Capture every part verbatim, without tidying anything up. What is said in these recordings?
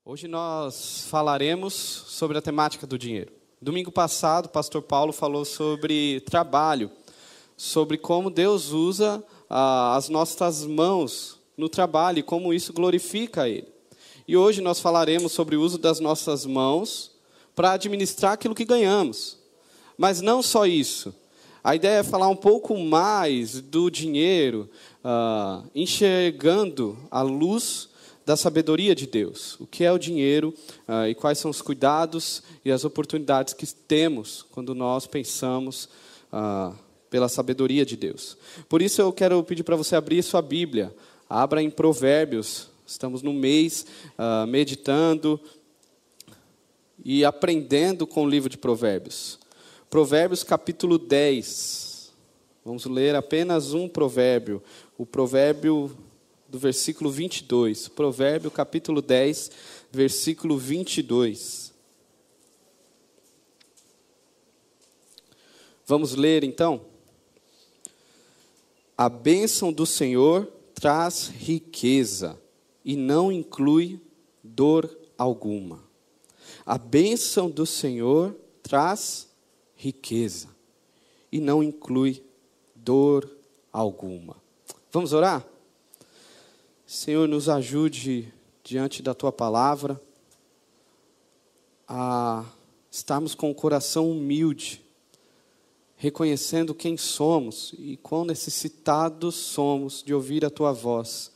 Hoje nós falaremos sobre a temática do dinheiro. Domingo passado, o pastor Paulo falou sobre trabalho, sobre como Deus usa ah, as nossas mãos no trabalho e como isso glorifica a Ele. E hoje nós falaremos sobre o uso das nossas mãos para administrar aquilo que ganhamos. Mas não só isso. A ideia é falar um pouco mais do dinheiro, ah, enxergando a luz da sabedoria de Deus. O que é o dinheiro uh, e quais são os cuidados e as oportunidades que temos quando nós pensamos uh, pela sabedoria de Deus. Por isso eu quero pedir para você abrir sua Bíblia. Abra em Provérbios. Estamos no mês uh, meditando e aprendendo com o livro de Provérbios. Provérbios capítulo dez. Vamos ler apenas um provérbio. O provérbio do versículo vinte e dois, Provérbio capítulo dez, versículo vinte e dois. Vamos ler então? A bênção do Senhor traz riqueza e não inclui dor alguma. A bênção do Senhor traz riqueza e não inclui dor alguma. Vamos orar? Senhor, nos ajude diante da Tua palavra a estarmos com o coração humilde, reconhecendo quem somos e quão necessitados somos de ouvir a Tua voz.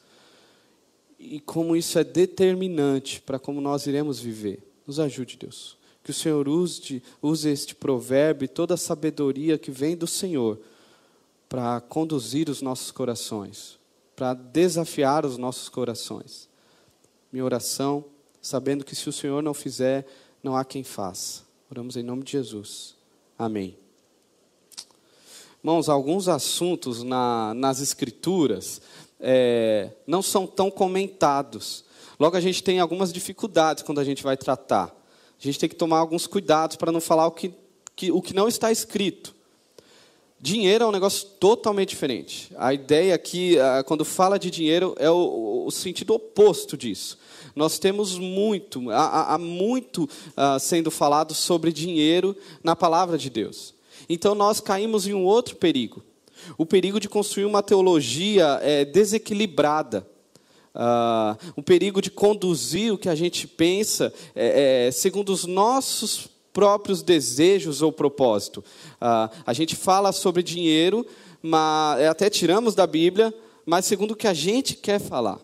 E como isso é determinante para como nós iremos viver. Nos ajude, Deus. Que o Senhor use, use este provérbio e toda a sabedoria que vem do Senhor para conduzir os nossos corações, para desafiar os nossos corações. Minha oração, sabendo que se o Senhor não fizer, não há quem faça. Oramos em nome de Jesus. Amém. Irmãos, alguns assuntos na, nas Escrituras é, não são tão comentados. Logo, a gente tem algumas dificuldades quando a gente vai tratar. A gente tem que tomar alguns cuidados para não falar o que, que, o que não está escrito. Dinheiro é um negócio totalmente diferente. A ideia aqui, quando fala de dinheiro, é o, o sentido oposto disso. Nós temos muito, há, há muito uh, sendo falado sobre dinheiro na palavra de Deus. Então nós caímos em um outro perigo. O perigo de construir uma teologia é, desequilibrada. Uh, o perigo de conduzir o que a gente pensa é, é, segundo os nossos próprios desejos ou propósito. Uh, a gente fala sobre dinheiro, mas até tiramos da Bíblia, mas segundo o que a gente quer falar.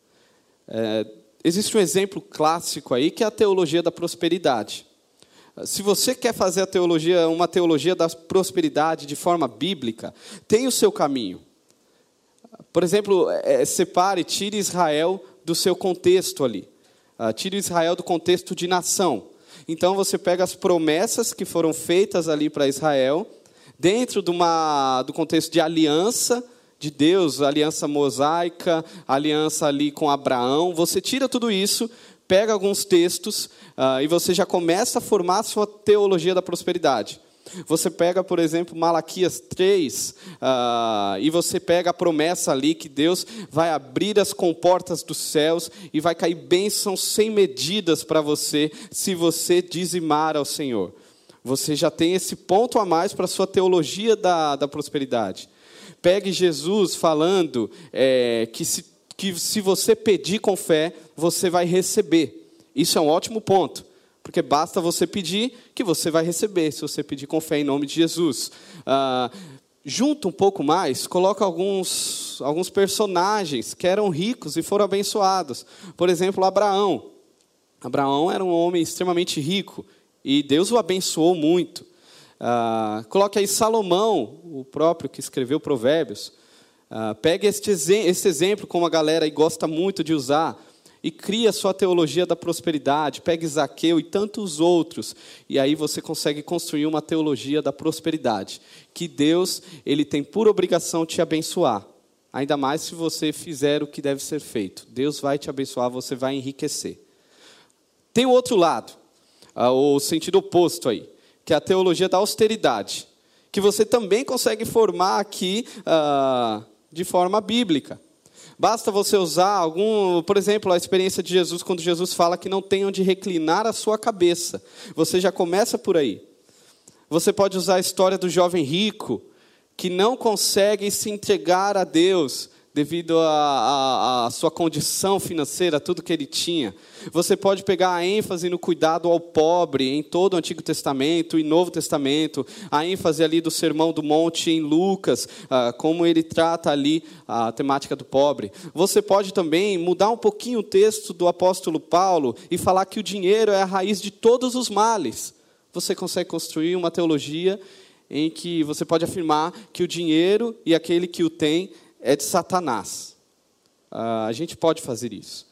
É, existe um exemplo clássico aí, que é a teologia da prosperidade. Se você quer fazer a teologia, uma teologia da prosperidade de forma bíblica, tem o seu caminho. Por exemplo, é, separe, tire Israel do seu contexto ali. Uh, tire Israel do contexto de nação. Então, você pega as promessas que foram feitas ali para Israel, dentro de uma, do contexto de aliança de Deus, aliança mosaica, aliança ali com Abraão. Você tira tudo isso, pega alguns textos uh, e você já começa a formar a sua teologia da prosperidade. Você pega, por exemplo, Malaquias três, uh, e você pega a promessa ali que Deus vai abrir as comportas dos céus e vai cair bênçãos sem medidas para você, se você dizimar ao Senhor. Você já tem esse ponto a mais para a sua teologia da, da prosperidade. Pegue Jesus falando é, que, se, que se você pedir com fé, você vai receber. Isso é um ótimo ponto. Porque basta você pedir que você vai receber, se você pedir com fé em nome de Jesus. Ah, junta um pouco mais, coloca alguns, alguns personagens que eram ricos e foram abençoados. Por exemplo, Abraão. Abraão era um homem extremamente rico e Deus o abençoou muito. Ah, coloque aí Salomão, o próprio que escreveu Provérbios. Ah, pegue este, este exemplo, como a galera aí gosta muito de usar, e cria a sua teologia da prosperidade, pegue Zaqueu e tantos outros, e aí você consegue construir uma teologia da prosperidade, que Deus ele tem por obrigação te abençoar, ainda mais se você fizer o que deve ser feito. Deus vai te abençoar, você vai enriquecer. Tem o outro lado, o sentido oposto aí, que é a teologia da austeridade, que você também consegue formar aqui uh, de forma bíblica. Basta você usar algum, por exemplo, a experiência de Jesus, quando Jesus fala que não tem onde reclinar a sua cabeça. Você já começa por aí. Você pode usar a história do jovem rico, que não consegue se entregar a Deus, devido à sua condição financeira, tudo que ele tinha. Você pode pegar a ênfase no cuidado ao pobre em todo o Antigo Testamento e Novo Testamento, a ênfase ali do Sermão do Monte em Lucas, ah, como ele trata ali a temática do pobre. Você pode também mudar um pouquinho o texto do apóstolo Paulo e falar que o dinheiro é a raiz de todos os males. Você consegue construir uma teologia em que você pode afirmar que o dinheiro e aquele que o tem é de Satanás. Ah, a gente pode fazer isso.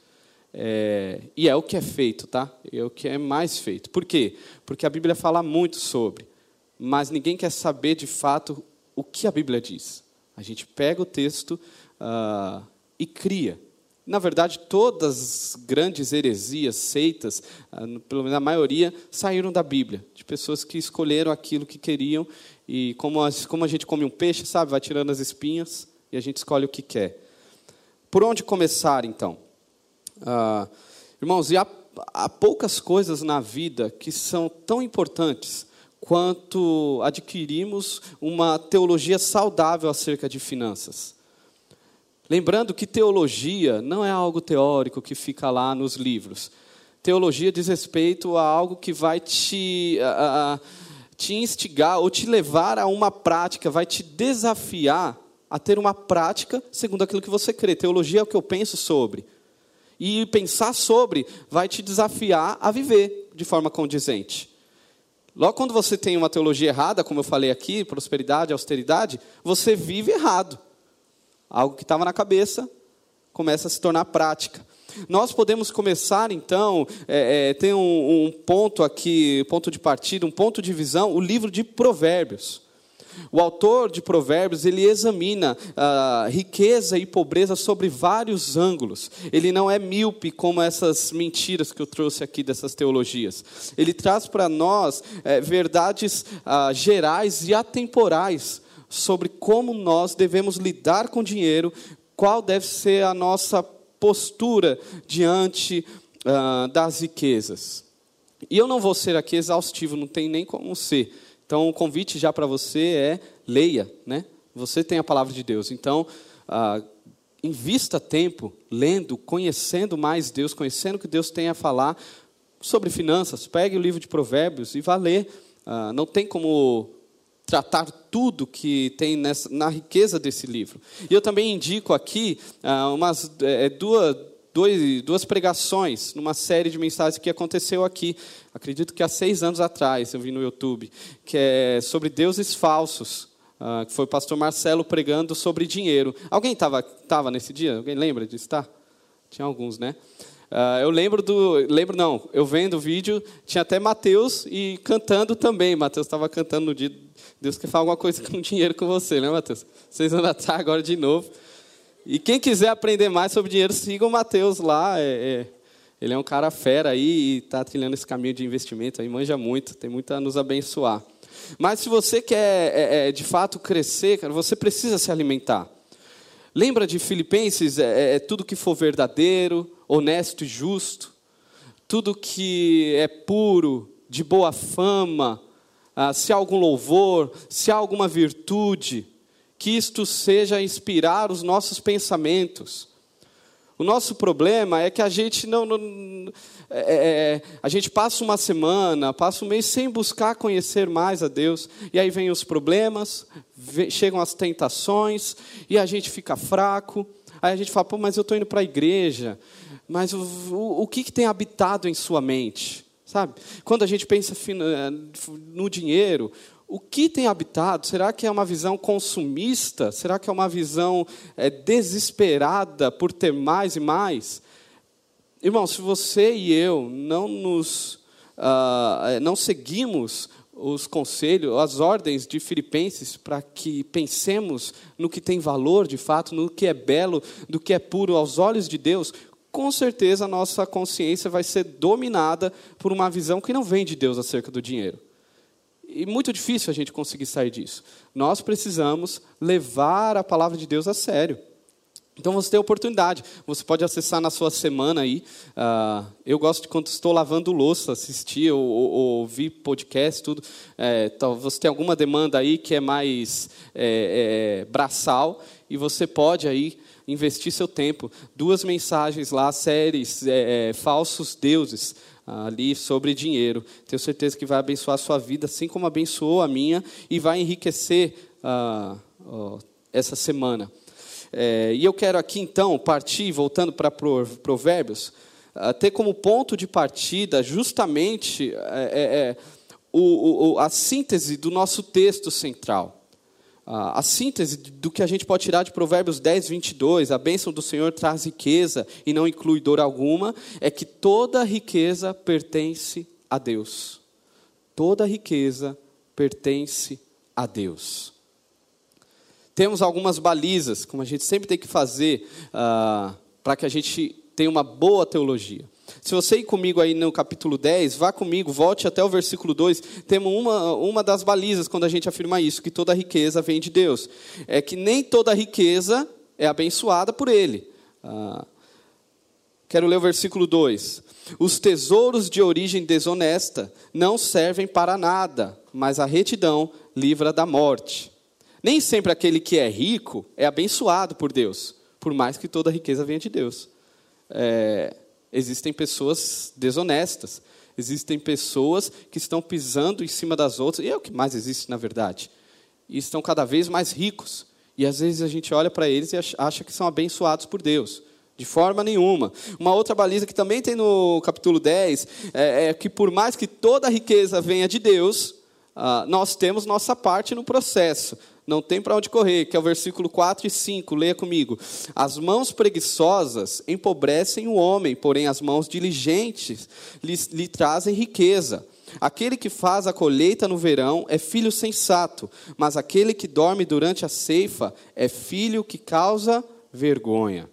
É, e é o que é feito, tá? É o que é mais feito. Por quê? Porque a Bíblia fala muito sobre, mas ninguém quer saber de fato o que a Bíblia diz. A gente pega o texto ah, e cria. Na verdade, todas as grandes heresias, seitas, ah, pelo menos a maioria, saíram da Bíblia, de pessoas que escolheram aquilo que queriam, e como a, como a gente come um peixe, sabe, vai tirando as espinhas, e a gente escolhe o que quer. Por onde começar, então? Ah, irmãos, e há, há poucas coisas na vida que são tão importantes quanto adquirirmos uma teologia saudável acerca de finanças. Lembrando que teologia não é algo teórico que fica lá nos livros. Teologia diz respeito a algo que vai te, a, a, te instigar ou te levar a uma prática, vai te desafiar a ter uma prática segundo aquilo que você crê. Teologia é o que eu penso sobre. E pensar sobre vai te desafiar a viver de forma condizente. Logo quando você tem uma teologia errada, como eu falei aqui, prosperidade, austeridade, você vive errado. Algo que estava na cabeça começa a se tornar prática. Nós podemos começar, então, é, é, tem um, um ponto aqui, ponto de partida, um ponto de visão, o livro de Provérbios. O autor de Provérbios, ele examina a riqueza e pobreza sobre vários ângulos. Ele não é míope como essas mentiras que eu trouxe aqui dessas teologias. Ele traz para nós é, verdades ah, gerais e atemporais sobre como nós devemos lidar com dinheiro, qual deve ser a nossa postura diante ah, das riquezas. E eu não vou ser aqui exaustivo, não tem nem como ser. Então, o convite já para você é, leia, né? Você tem a palavra de Deus. Então, ah, invista tempo lendo, conhecendo mais Deus, conhecendo o que Deus tem a falar sobre finanças. Pegue o livro de Provérbios e vá ler. Ah, não tem como tratar tudo que tem nessa, na riqueza desse livro. E eu também indico aqui ah, umas, é, duas... Dois, duas pregações numa série de mensagens que aconteceu aqui, acredito que há seis anos atrás, eu vi no YouTube, que é sobre deuses falsos, uh, que foi o pastor Marcelo pregando sobre dinheiro. Alguém estava tava nesse dia? Alguém lembra disso? Tá? Tinha alguns, né? Uh, eu lembro do... Lembro não, eu vendo o vídeo, tinha até Mateus e cantando também. Mateus estava cantando no dia, Deus quer falar alguma coisa com dinheiro com você, né, Mateus? Seis anos atrás, agora de novo. E quem quiser aprender mais sobre dinheiro, siga o Mateus lá. É, é, ele é um cara fera aí e está trilhando esse caminho de investimento. Aí manja muito, tem muito a nos abençoar. Mas se você quer, é, é, de fato, crescer, cara, você precisa se alimentar. Lembra de Filipenses? É, é tudo que for verdadeiro, honesto e justo. Tudo que é puro, de boa fama. Ah, se há algum louvor, se há alguma virtude, que isto seja inspirar os nossos pensamentos. O nosso problema é que a gente não, não é, a gente passa uma semana, passa um mês sem buscar conhecer mais a Deus, e aí vem os problemas, vem, chegam as tentações, e a gente fica fraco. Aí a gente fala, pô, mas eu estou indo para a igreja, mas o, o, o que, que tem habitado em sua mente? Sabe? Quando a gente pensa no dinheiro, o que tem habitado? Será que é uma visão consumista? Será que é uma visão é, desesperada por ter mais e mais? Irmão, se você e eu não nos uh, não seguimos os conselhos, as ordens de Filipenses para que pensemos no que tem valor de fato, no que é belo, do que é puro aos olhos de Deus, com certeza a nossa consciência vai ser dominada por uma visão que não vem de Deus acerca do dinheiro. E muito difícil a gente conseguir sair disso. Nós precisamos levar a palavra de Deus a sério. Então você tem a oportunidade, você pode acessar na sua semana aí. Uh, eu gosto de, quando estou lavando louça, assistir ou, ou, ou ouvir podcast, tudo. É, então, você tem alguma demanda aí que é mais é, é, braçal, e você pode aí investir seu tempo. Duas mensagens lá, séries, é, é, falsos deuses, ali sobre dinheiro. Tenho certeza que vai abençoar a sua vida, assim como abençoou a minha, e vai enriquecer uh, uh, essa semana. É, e eu quero aqui, então, partir, voltando para Provérbios, uh, ter como ponto de partida justamente é, é, o, o, a síntese do nosso texto central. Uh, a síntese do que a gente pode tirar de Provérbios dez, vinte e dois, a bênção do Senhor traz riqueza e não inclui dor alguma, é que toda riqueza pertence a Deus. Toda riqueza pertence a Deus. Temos algumas balizas, como a gente sempre tem que fazer, uh, para que a gente tenha uma boa teologia. Se você ir comigo aí no capítulo dez, vá comigo, volte até o versículo dois, temos uma, uma das balizas quando a gente afirma isso, que toda riqueza vem de Deus. É que nem toda riqueza é abençoada por Ele. Uh, quero ler o versículo dois. Os tesouros de origem desonesta não servem para nada, mas a retidão livra da morte. Nem sempre aquele que é rico é abençoado por Deus, por mais que toda riqueza venha de Deus. É, existem pessoas desonestas, existem pessoas que estão pisando em cima das outras, e é o que mais existe na verdade, e estão cada vez mais ricos. E às vezes a gente olha para eles e acha que são abençoados por Deus. De forma nenhuma. Uma outra baliza que também tem no capítulo dez, é, é que por mais que toda a riqueza venha de Deus, ah, nós temos nossa parte no processo. Não tem para onde correr, que é o versículo quatro e cinco, leia comigo. As mãos preguiçosas empobrecem o homem, porém as mãos diligentes lhe, lhe trazem riqueza. Aquele que faz a colheita no verão é filho sensato, mas aquele que dorme durante a ceifa é filho que causa vergonha.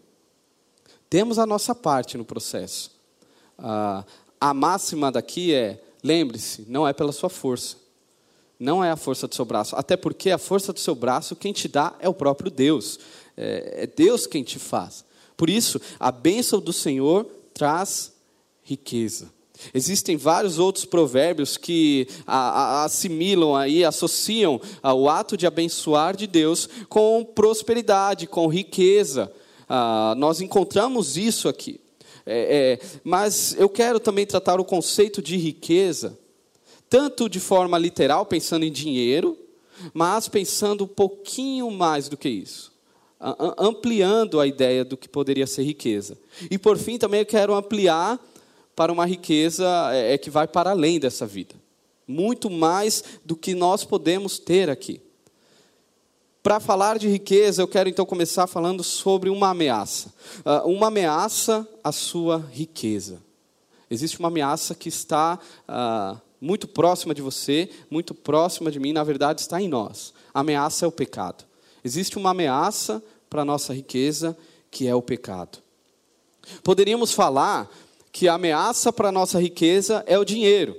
Temos a nossa parte no processo. Ah, a máxima daqui é, lembre-se, não é pela sua força. Não é a força do seu braço. Até porque a força do seu braço, quem te dá é o próprio Deus. É, é Deus quem te faz. Por isso, a bênção do Senhor traz riqueza. Existem vários outros provérbios que a, a, assimilam, aí, associam a, o ato de abençoar de Deus com prosperidade, com riqueza. Ah, nós encontramos isso aqui. É, é, mas eu quero também tratar o conceito de riqueza, tanto de forma literal, pensando em dinheiro, mas pensando um pouquinho mais do que isso. Ampliando a ideia do que poderia ser riqueza. E por fim, também eu quero ampliar para uma riqueza é, que vai para além dessa vida. Muito mais do que nós podemos ter aqui. Para falar de riqueza, eu quero então começar falando sobre uma ameaça. Uh, uma ameaça à sua riqueza. Existe uma ameaça que está uh, muito próxima de você, muito próxima de mim, na verdade está em nós. A ameaça é o pecado. Existe uma ameaça para a nossa riqueza, que é o pecado. Poderíamos falar que a ameaça para a nossa riqueza é o dinheiro.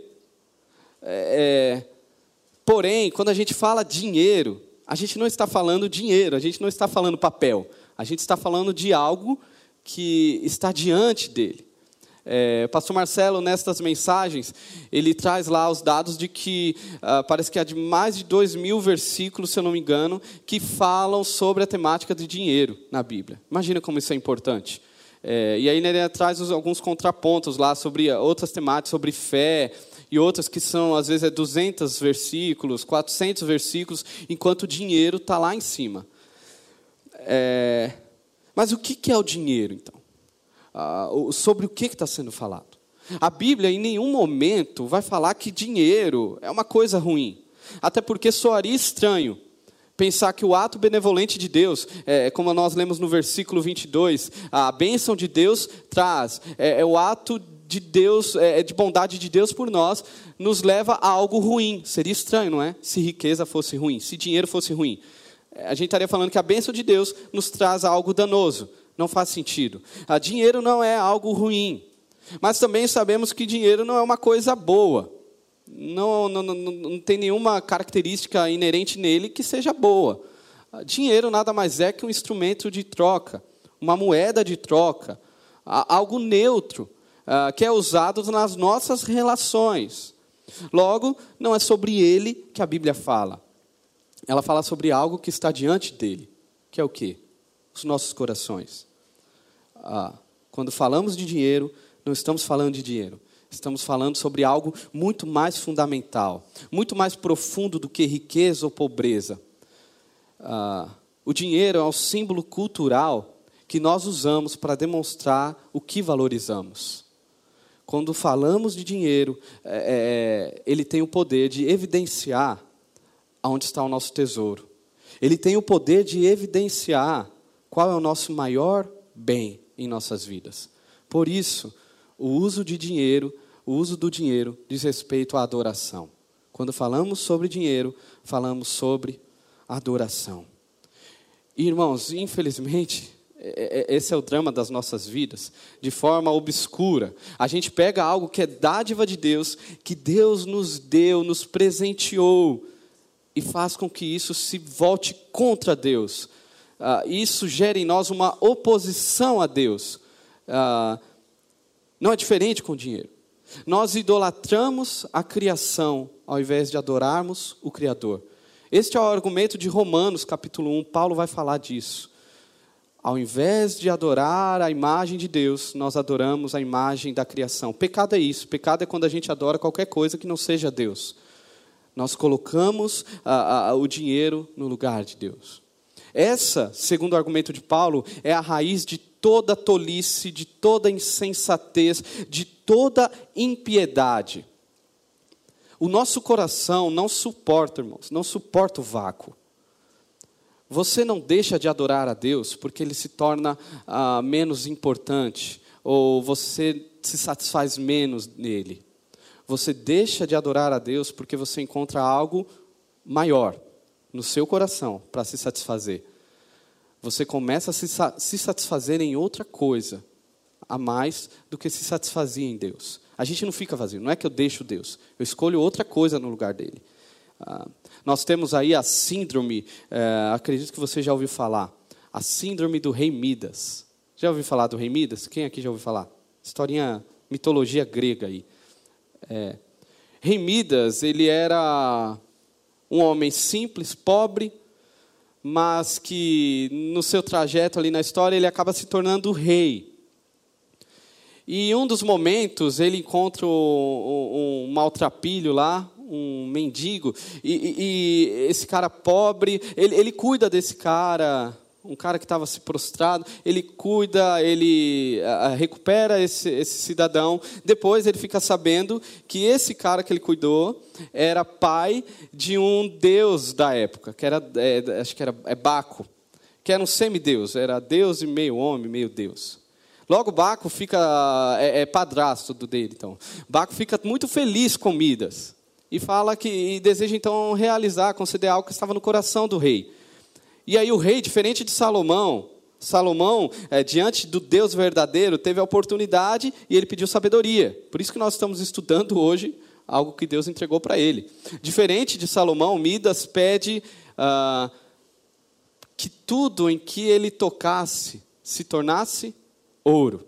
É, porém, quando a gente fala dinheiro, a gente não está falando dinheiro, a gente não está falando papel. A gente está falando de algo que está diante dele. É, pastor Marcelo, nestas mensagens, ele traz lá os dados de que, uh, parece que há de mais de dois mil versículos, se eu não me engano, que falam sobre a temática de dinheiro na Bíblia. Imagina como isso é importante. É, e aí ele traz os, alguns contrapontos lá sobre outras temáticas, sobre fé, e outras que são, às vezes, é duzentos versículos, quatrocentos versículos, enquanto o dinheiro está lá em cima. É, mas o que é o dinheiro, então? Ah, sobre o que está sendo falado? A Bíblia, em nenhum momento, vai falar que dinheiro é uma coisa ruim. Até porque soaria estranho pensar que o ato benevolente de Deus, é, como nós lemos no versículo vinte e dois, a bênção de Deus traz, é, é o ato de Deus, é, de bondade de Deus por nós, nos leva a algo ruim. Seria estranho, não é? Se riqueza fosse ruim, se dinheiro fosse ruim. A gente estaria falando que a bênção de Deus nos traz algo danoso. Não faz sentido. A dinheiro não é algo ruim. Mas também sabemos que dinheiro não é uma coisa boa. Não, não, não, não tem nenhuma característica inerente nele que seja boa. Dinheiro nada mais é que um instrumento de troca. uma moeda de troca, algo neutro, que é usado nas nossas relações. Logo, não é sobre ele que a Bíblia fala. Ela fala sobre algo que está diante dele, que é o quê? Os nossos corações. Ah, quando falamos de dinheiro, não estamos falando de dinheiro. Estamos falando sobre algo muito mais fundamental, muito mais profundo do que riqueza ou pobreza. Ah, o dinheiro é um símbolo cultural que nós usamos para demonstrar o que valorizamos. Quando falamos de dinheiro, é, ele tem o poder de evidenciar onde está o nosso tesouro. Ele tem o poder de evidenciar qual é o nosso maior bem em nossas vidas. Por isso, o uso de dinheiro, o uso do dinheiro diz respeito à adoração. Quando falamos sobre dinheiro, falamos sobre adoração. E, irmãos, infelizmente, esse é o drama das nossas vidas, de forma obscura. A gente pega algo que é dádiva de Deus, que Deus nos deu, nos presenteou, e faz com que isso se volte contra Deus. Uh, isso gera em nós uma oposição a Deus. Uh, não é diferente com o dinheiro. Nós idolatramos a criação, ao invés de adorarmos o Criador. Este é o argumento de Romanos, capítulo um. Paulo vai falar disso. Ao invés de adorar a imagem de Deus, nós adoramos a imagem da criação. Pecado é isso. Pecado é quando a gente adora qualquer coisa que não seja Deus. Nós colocamos ah, ah, o dinheiro no lugar de Deus. Essa, segundo o argumento de Paulo, é a raiz de toda tolice, de toda insensatez, de toda impiedade. O nosso coração não suporta, irmãos, não suporta o vácuo. Você não deixa de adorar a Deus porque ele se torna ah, menos importante, ou você se satisfaz menos nele. Você deixa de adorar a Deus porque você encontra algo maior no seu coração para se satisfazer. Você começa a se, se satisfazer em outra coisa a mais do que se satisfazia em Deus. A gente não fica vazio, não é que eu deixo Deus, eu escolho outra coisa no lugar dele. Ah, nós temos aí a síndrome, é, acredito que você já ouviu falar, a síndrome do rei Midas. Já ouviu falar do rei Midas? Quem aqui já ouviu falar? Historinha, mitologia grega aí. É, rei Midas, ele era um homem simples, pobre, mas que no seu trajeto ali na história ele acaba se tornando rei. E em um dos momentos ele encontra um, um, um maltrapilho lá, um mendigo, e, e, e esse cara pobre, ele, ele cuida desse cara, um cara que estava se prostrado, ele cuida, ele uh, recupera esse, esse cidadão. Depois ele fica sabendo que esse cara que ele cuidou era pai de um deus da época, que era, é, acho que era é Baco, que era um semideus, era Deus e meio homem, meio Deus. Logo Baco fica, é, é padrasto do dele, então. Baco fica muito feliz com Midas e fala que e deseja então realizar, conceder algo que estava no coração do rei. E aí o rei, diferente de Salomão, Salomão, é, diante do Deus verdadeiro, teve a oportunidade e ele pediu sabedoria. Por isso que nós estamos estudando hoje algo que Deus entregou para ele. Diferente de Salomão, Midas pede ah, que tudo em que ele tocasse se tornasse ouro.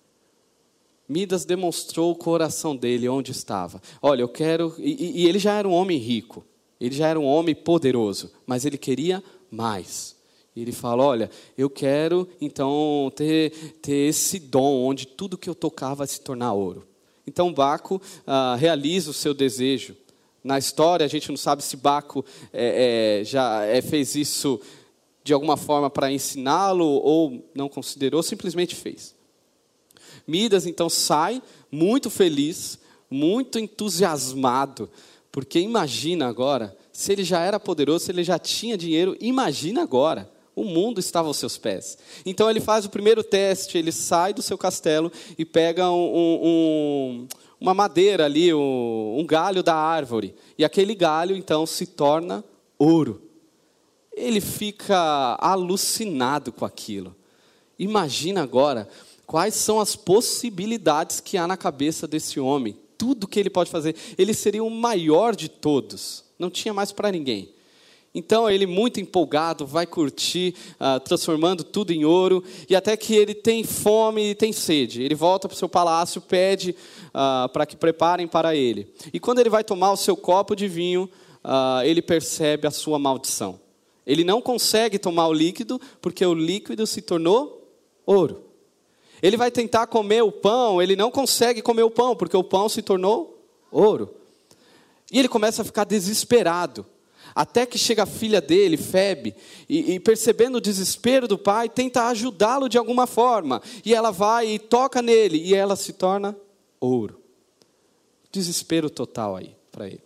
Midas demonstrou o coração dele onde estava. Olha, eu quero... E, e ele já era um homem rico, ele já era um homem poderoso, mas ele queria mais. E ele fala, olha, eu quero então ter, ter esse dom onde tudo que eu tocar vai se tornar ouro. Então Baco ah, realiza o seu desejo. Na história a gente não sabe se Baco é, é, já é, fez isso de alguma forma para ensiná-lo ou não considerou, simplesmente fez. Midas então sai muito feliz, muito entusiasmado, porque imagina agora, se ele já era poderoso, se ele já tinha dinheiro, imagina agora, o mundo estava aos seus pés. Então ele faz o primeiro teste, ele sai do seu castelo e pega um, um, uma madeira ali, um, um galho da árvore, e aquele galho então se torna ouro. Ele fica alucinado com aquilo. Imagina agora quais são as possibilidades que há na cabeça desse homem. Tudo que ele pode fazer. Ele seria o maior de todos. Não tinha mais para ninguém. Então ele, muito empolgado, vai curtir, uh, transformando tudo em ouro, e até que ele tem fome e tem sede. Ele volta para o seu palácio, pede uh, para que preparem para ele. E quando ele vai tomar o seu copo de vinho, uh, ele percebe a sua maldição. Ele não consegue tomar o líquido, porque o líquido se tornou ouro. Ele vai tentar comer o pão, ele não consegue comer o pão, porque o pão se tornou ouro. E ele começa a ficar desesperado. Até que chega a filha dele, Febe, e, e percebendo o desespero do pai, tenta ajudá-lo de alguma forma. E ela vai e toca nele, e ela se torna ouro. Desespero total aí para ele.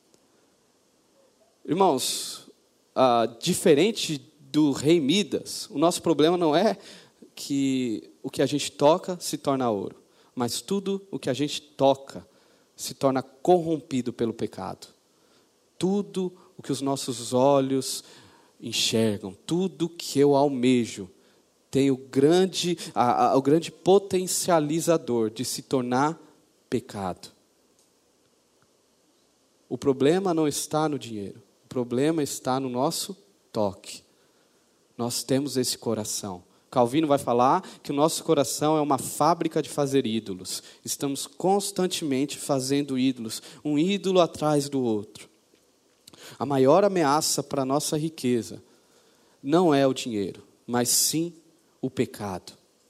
Irmãos, ah, diferente do rei Midas, o nosso problema não é que o que a gente toca se torna ouro, mas tudo o que a gente toca se torna corrompido pelo pecado. Tudo o que os nossos olhos enxergam, tudo que eu almejo, tem o grande, a, a, o grande potencializador de se tornar pecado. O problema não está no dinheiro, o problema está no nosso toque. Nós temos esse coração. Calvino vai falar que o nosso coração é uma fábrica de fazer ídolos. Estamos constantemente fazendo ídolos, um ídolo atrás do outro. A maior ameaça para a nossa riqueza não é o dinheiro, mas sim o pecado.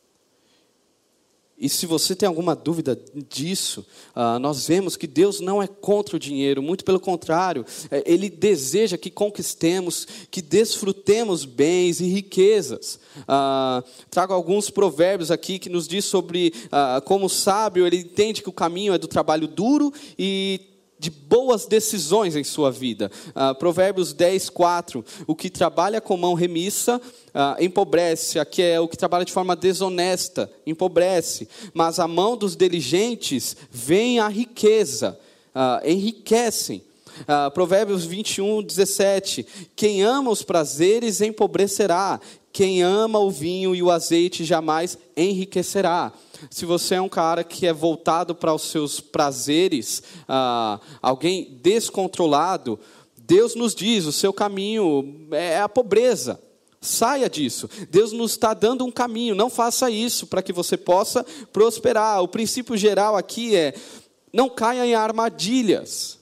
E se você tem alguma dúvida disso, uh, nós vemos que Deus não é contra o dinheiro, muito pelo contrário, Ele deseja que conquistemos, que desfrutemos bens e riquezas. Uh, trago alguns provérbios aqui que nos diz sobre uh, como o sábio, ele entende que o caminho é do trabalho duro e de boas decisões em sua vida. Uh, Provérbios dez, quatro. O que trabalha com mão remissa uh, empobrece. Aqui é o que trabalha de forma desonesta, empobrece. Mas a mão dos diligentes vem a riqueza, uh, enriquecem. Uh, Provérbios vinte e um, dezessete. Quem ama os prazeres empobrecerá. Quem ama o vinho e o azeite jamais enriquecerá. Se você é um cara que é voltado para os seus prazeres, ah, alguém descontrolado, Deus nos diz, o seu caminho é a pobreza. Saia disso. Deus nos está dando um caminho. Não faça isso para que você possa prosperar. O princípio geral aqui é, não caia em armadilhas.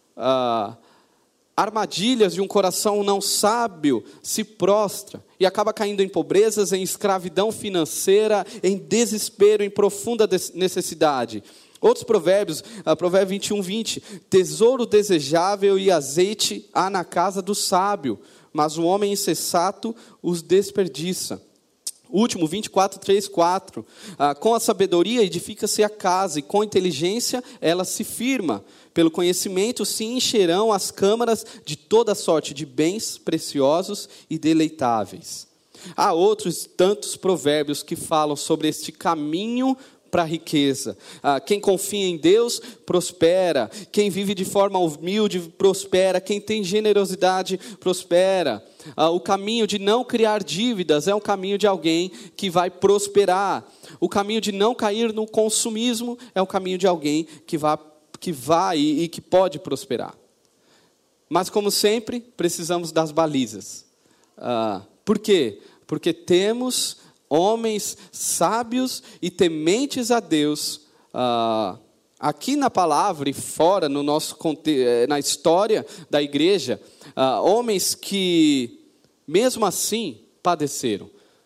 Ah, armadilhas de um coração não sábio se prostra e acaba caindo em pobrezas, em escravidão financeira, em desespero, em profunda necessidade. Outros provérbios, uh, provérbio vinte e um, vinte. Tesouro desejável e azeite há na casa do sábio, mas o homem insensato os desperdiça. Último, vinte e quatro, três, quatro. Ah, com a sabedoria edifica-se a casa, e com a inteligência ela se firma. Pelo conhecimento se encherão as câmaras de toda sorte de bens preciosos e deleitáveis. Há outros tantos provérbios que falam sobre este caminho para a riqueza. Ah, quem confia em Deus, prospera. Quem vive de forma humilde, prospera. Quem tem generosidade, prospera. Ah, o caminho de não criar dívidas é um caminho de alguém que vai prosperar. O caminho de não cair no consumismo é um caminho de alguém que vai, que vai e, e que pode prosperar. Mas, como sempre, precisamos das balizas. Ah, por quê? Porque temos homens sábios e tementes a Deus, ah, aqui na palavra e fora, no nosso, na história da igreja, ah, homens que, mesmo assim, padeceram.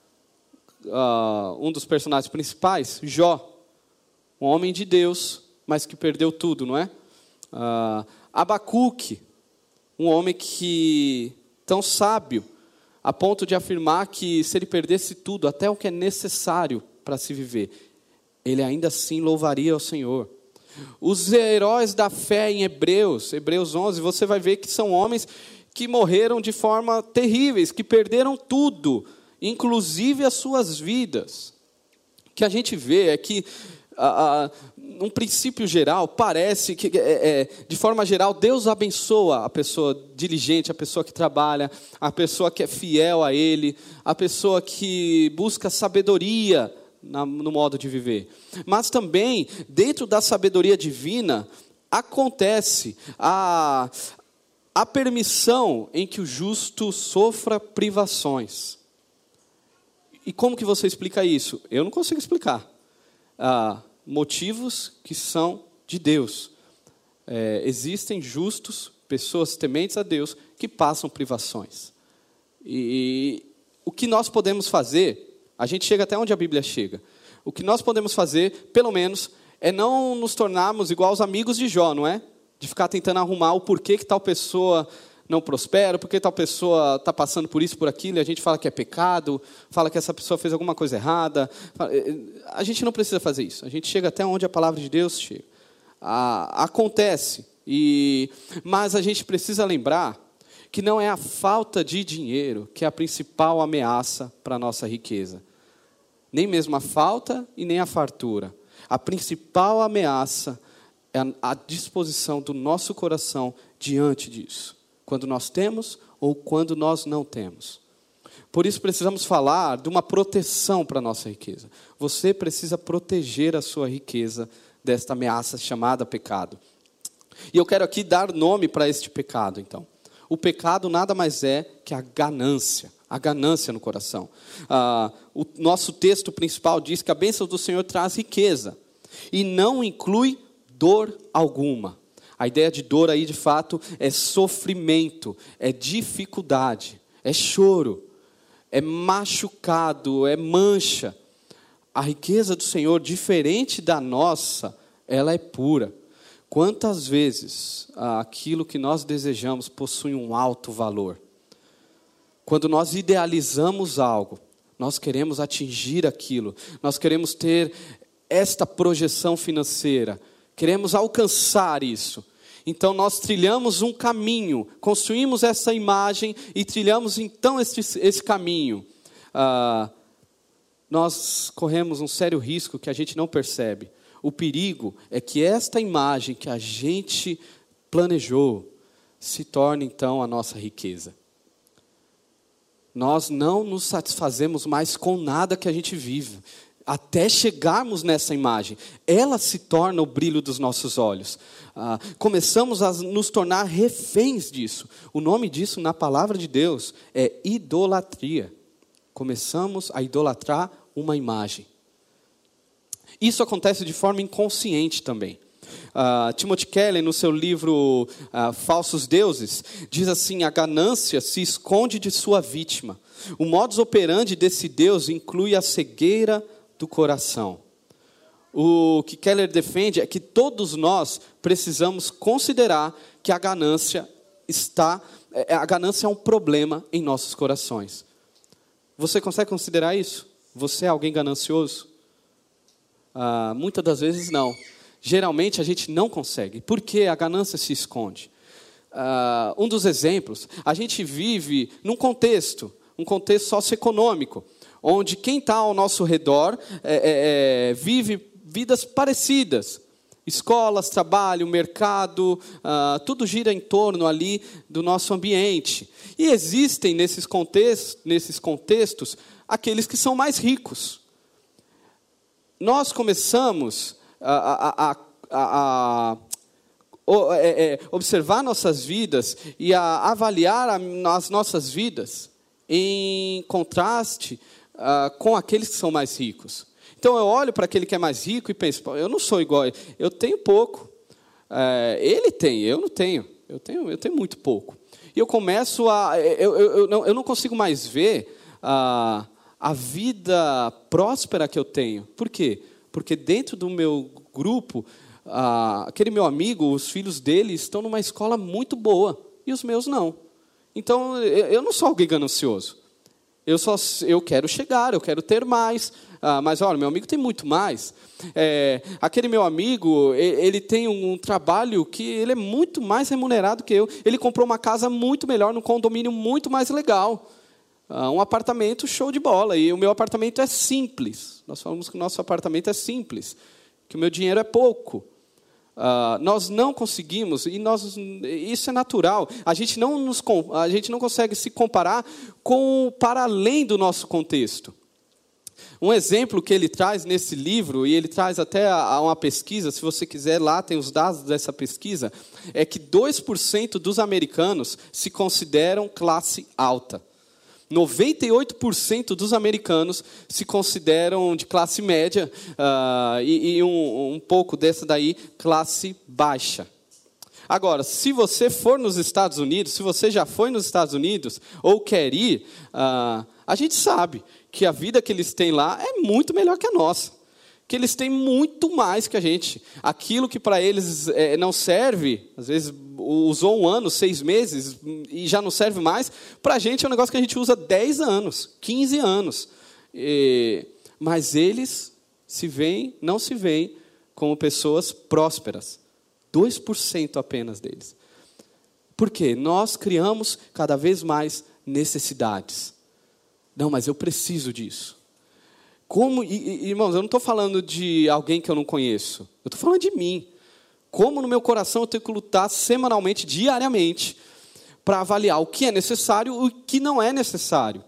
Ah, um dos personagens principais, Jó, um homem de Deus, mas que perdeu tudo, não é? Ah, Abacuque, um homem que, tão sábio, a ponto de afirmar que se ele perdesse tudo, até o que é necessário para se viver, ele ainda assim louvaria ao Senhor. Os heróis da fé em Hebreus, Hebreus onze, você vai ver que são homens que morreram de forma terríveis, que perderam tudo, inclusive as suas vidas. O que a gente vê é que, ah, num princípio geral, parece que, é, é, de forma geral, Deus abençoa a pessoa diligente, a pessoa que trabalha, a pessoa que é fiel a Ele, a pessoa que busca sabedoria na, no modo de viver. Mas também, dentro da sabedoria divina, acontece a, a permissão em que o justo sofra privações. E como que você explica isso? Eu não consigo explicar. Ah, motivos que são de Deus. É, existem justos, pessoas tementes a Deus, que passam privações. E o que nós podemos fazer, a gente chega até onde a Bíblia chega. O que nós podemos fazer, pelo menos, é não nos tornarmos igual os amigos de Jó, não é? De ficar tentando arrumar o porquê que tal pessoa não prospera, porque tal pessoa está passando por isso, por aquilo, e a gente fala que é pecado, fala que essa pessoa fez alguma coisa errada. A gente não precisa fazer isso. A gente chega até onde a palavra de Deus chega. Ah, acontece, e, mas a gente precisa lembrar que não é a falta de dinheiro que é a principal ameaça para a nossa riqueza. Nem mesmo a falta e nem a fartura. A principal ameaça é a disposição do nosso coração diante disso. Quando nós temos ou quando nós não temos. Por isso precisamos falar de uma proteção para a nossa riqueza. Você precisa proteger a sua riqueza desta ameaça chamada pecado. E eu quero aqui dar nome para este pecado, então. O pecado nada mais é que a ganância. A ganância no coração. Ah, o nosso texto principal diz que a bênção do Senhor traz riqueza. E não inclui dor alguma. A ideia de dor aí, de fato, é sofrimento, é dificuldade, é choro, é machucado, é mancha. A riqueza do Senhor, diferente da nossa, ela é pura. Quantas vezes ah, aquilo que nós desejamos possui um alto valor? Quando nós idealizamos algo, nós queremos atingir aquilo, nós queremos ter esta projeção financeira, queremos alcançar isso. Então nós trilhamos um caminho, construímos essa imagem e trilhamos então esse, esse caminho. Ah, nós corremos um sério risco que a gente não percebe. O perigo é que esta imagem que a gente planejou se torne então a nossa riqueza. Nós não nos satisfazemos mais com nada que a gente vive, até chegarmos nessa imagem. Ela se torna o brilho dos nossos olhos. Ah, começamos a nos tornar reféns disso. O nome disso na palavra de Deus é idolatria. Começamos a idolatrar uma imagem. Isso acontece de forma inconsciente também. Uh, Timothy Keller, no seu livro uh, Falsos Deuses, diz assim: a ganância se esconde de sua vítima. O modus operandi desse Deus inclui a cegueira do coração. O que Keller defende é que todos nós precisamos considerar que a ganância está, a ganância é um problema em nossos corações. Você consegue considerar isso? Você é alguém ganancioso? Uh, muitas das vezes não. Geralmente a gente não consegue, porque a ganância se esconde. Uh, um dos exemplos, a gente vive num contexto, um contexto socioeconômico, onde quem está ao nosso redor é, é, vive vidas parecidas. Escolas, trabalho, mercado, uh, tudo gira em torno ali do nosso ambiente. E existem nesses contextos, nesses contextos aqueles que são mais ricos. Nós começamos a, a, a, a, a é, é, observar nossas vidas e a avaliar a, as nossas vidas em contraste uh, com aqueles que são mais ricos. Então eu olho para aquele que é mais rico e penso, eu não sou igual, eu tenho pouco. Uh, ele tem, eu não tenho. Eu tenho, eu tenho muito pouco. E eu começo a... Eu, eu, eu, não, eu não consigo mais ver uh, a vida próspera que eu tenho. Por quê? Porque dentro do meu grupo, uh, aquele meu amigo, os filhos dele estão numa escola muito boa. E os meus não. Então, eu não sou alguém ganancioso. Eu, só, eu quero chegar, eu quero ter mais. Ah, mas, olha, meu amigo tem muito mais. É, aquele meu amigo, ele tem um trabalho que ele é muito mais remunerado que eu. Ele comprou uma casa muito melhor, num condomínio muito mais legal. Ah, um apartamento show de bola. E o meu apartamento é simples. Nós falamos que o nosso apartamento é simples. Que o meu dinheiro é pouco. Uh, nós não conseguimos, e nós, isso é natural, a gente, não nos, a gente não consegue se comparar com para além do nosso contexto. Um exemplo que ele traz nesse livro, e ele traz até a, a uma pesquisa, se você quiser, lá tem os dados dessa pesquisa, é que dois por cento dos americanos se consideram classe alta. noventa e oito por cento dos americanos se consideram de classe média uh, e, e um, um pouco dessa daí, classe baixa. Agora, se você for nos Estados Unidos, se você já foi nos Estados Unidos ou quer ir, uh, a gente sabe que a vida que eles têm lá é muito melhor que a nossa. Que eles têm muito mais que a gente. Aquilo que para eles é, não serve, às vezes usou um ano, seis meses, e já não serve mais, para a gente é um negócio que a gente usa dez anos, quinze anos. E, mas eles se veem, não se veem como pessoas prósperas. dois por cento apenas deles. Por quê? Nós criamos cada vez mais necessidades. Não, mas eu preciso disso. Como, e, e, irmãos, eu não estou falando de alguém que eu não conheço. Eu estou falando de mim. Como no meu coração eu tenho que lutar semanalmente, diariamente, para avaliar o que é necessário e o que não é necessário.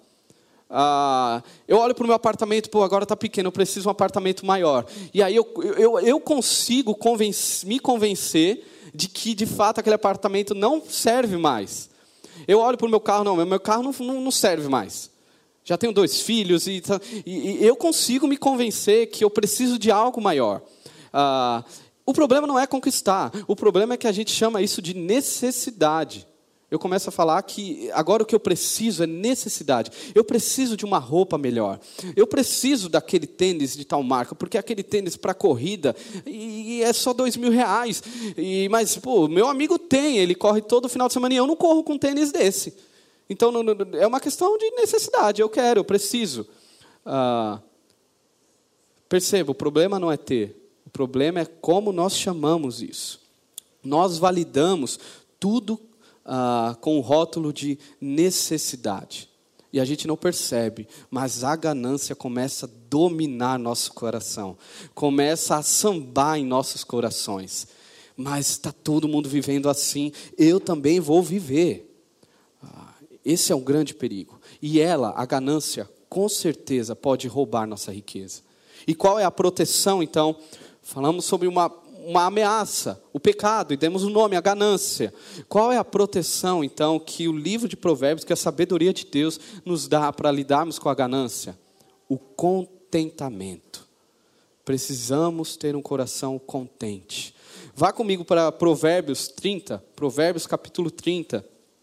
Ah, eu olho para o meu apartamento, pô, agora está pequeno, eu preciso de um apartamento maior. E aí eu, eu, eu consigo convencer, me convencer de que, de fato, aquele apartamento não serve mais. Eu olho para o meu carro, não, meu carro não, não, não serve mais. Já tenho dois filhos e, e, e eu consigo me convencer que eu preciso de algo maior. Ah, o problema não é conquistar, o problema é que a gente chama isso de necessidade. Eu começo a falar que agora o que eu preciso é necessidade. Eu preciso de uma roupa melhor. Eu preciso daquele tênis de tal marca, porque aquele tênis para corrida e é só dois mil reais. E, mas, pô, meu amigo tem, ele corre todo final de semana e eu não corro com um tênis desse. Então, não, não, é uma questão de necessidade. Eu quero, eu preciso. Ah, perceba, o problema não é ter. O problema é como nós chamamos isso. Nós validamos tudo ah, com o rótulo de necessidade. E a gente não percebe, mas a ganância começa a dominar nosso coração. Começa a sambar em nossos corações. Mas está todo mundo vivendo assim, eu também vou viver. Esse é um grande perigo. E ela, a ganância, com certeza pode roubar nossa riqueza. E qual é a proteção, então? Falamos sobre uma, uma ameaça, o pecado, e demos o nome, a ganância. Qual é a proteção, então, que o livro de Provérbios, que a sabedoria de Deus nos dá para lidarmos com a ganância? O contentamento. Precisamos ter um coração contente. Vá comigo para Provérbios trinta, Provérbios capítulo trinta.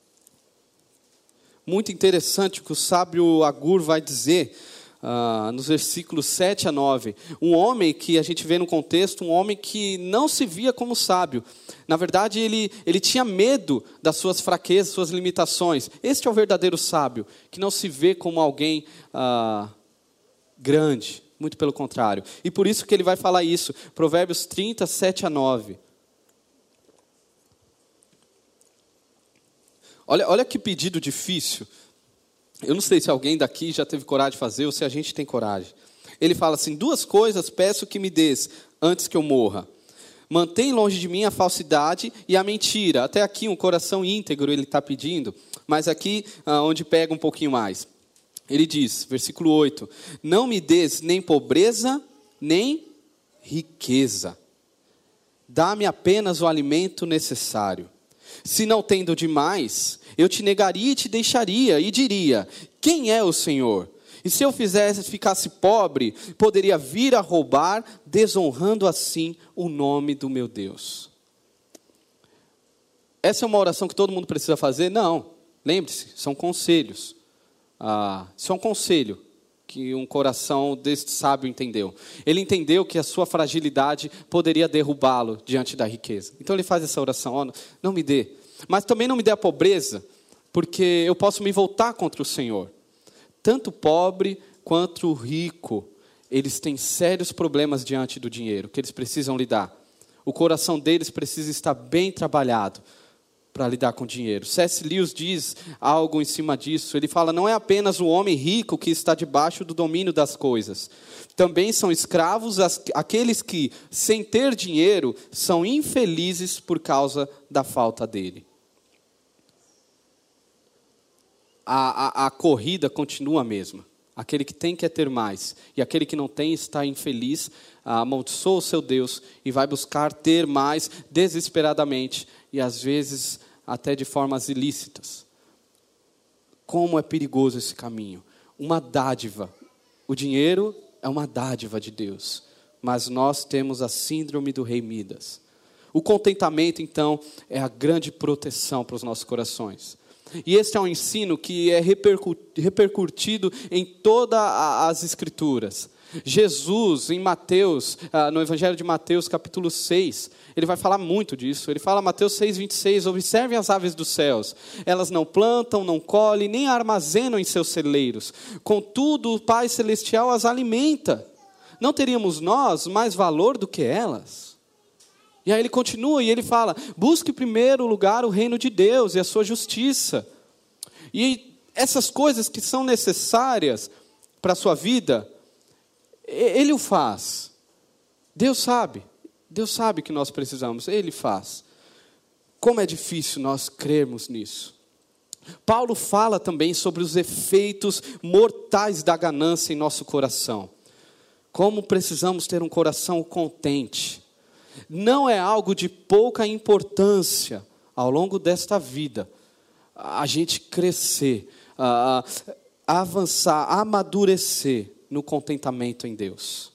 Muito interessante o que o sábio Agur vai dizer uh, nos versículos sete a nove. Um homem que a gente vê no contexto, um homem que não se via como sábio. Na verdade, ele, ele tinha medo das suas fraquezas, suas limitações. Este é o verdadeiro sábio, que não se vê como alguém uh, grande, muito pelo contrário. E por isso que ele vai falar isso. Provérbios trinta, sete a nove. Olha, olha que pedido difícil. Eu não sei se alguém daqui já teve coragem de fazer ou se a gente tem coragem. Ele fala assim, duas coisas peço que me des antes que eu morra. Mantém longe de mim a falsidade e a mentira. Até aqui um coração íntegro ele está pedindo, mas aqui ah, onde pega um pouquinho mais. Ele diz, versículo oito, não me des nem pobreza, nem riqueza. Dá-me apenas o alimento necessário. Se não tendo demais, eu te negaria e te deixaria, e diria, quem é o Senhor? E se eu fizesse, ficasse pobre, poderia vir a roubar, desonrando assim o nome do meu Deus. Essa é uma oração que todo mundo precisa fazer? Não, lembre-se, são conselhos. Ah, isso é um conselho que um coração deste sábio entendeu. Ele entendeu que a sua fragilidade poderia derrubá-lo diante da riqueza. Então ele faz essa oração, oh, não me dê. Mas também não me dê a pobreza, porque eu posso me voltar contra o Senhor. Tanto o pobre quanto o rico, eles têm sérios problemas diante do dinheiro, que eles precisam lidar. O coração deles precisa estar bem trabalhado para lidar com dinheiro. C S Lewis diz algo em cima disso. Ele fala, não é apenas o homem rico que está debaixo do domínio das coisas. Também são escravos as, aqueles que, sem ter dinheiro, são infelizes por causa da falta dele. A, a, a corrida continua a mesma. Aquele que tem quer ter mais, e aquele que não tem está infeliz, amaldiçoa o seu Deus e vai buscar ter mais desesperadamente e às vezes até de formas ilícitas. Como é perigoso esse caminho. Uma dádiva. O dinheiro é uma dádiva de Deus, mas nós temos a síndrome do rei Midas. O contentamento, então, é a grande proteção para os nossos corações. E este é um ensino que é repercutido em todas as Escrituras. Jesus, em Mateus, no Evangelho de Mateus, capítulo seis, ele vai falar muito disso. Ele fala, Mateus seis, vinte e seis, observem as aves dos céus. Elas não plantam, não colhem, nem armazenam em seus celeiros. Contudo, o Pai Celestial as alimenta. Não teríamos nós mais valor do que elas? E aí ele continua e ele fala, busque em primeiro lugar o reino de Deus e a sua justiça. E essas coisas que são necessárias para a sua vida, Ele o faz. Deus sabe. Deus sabe que nós precisamos. Ele faz. Como é difícil nós crermos nisso. Paulo fala também sobre os efeitos mortais da ganância em nosso coração. Como precisamos ter um coração contente. Não é algo de pouca importância ao longo desta vida. A gente crescer, a avançar, a amadurecer no contentamento em Deus.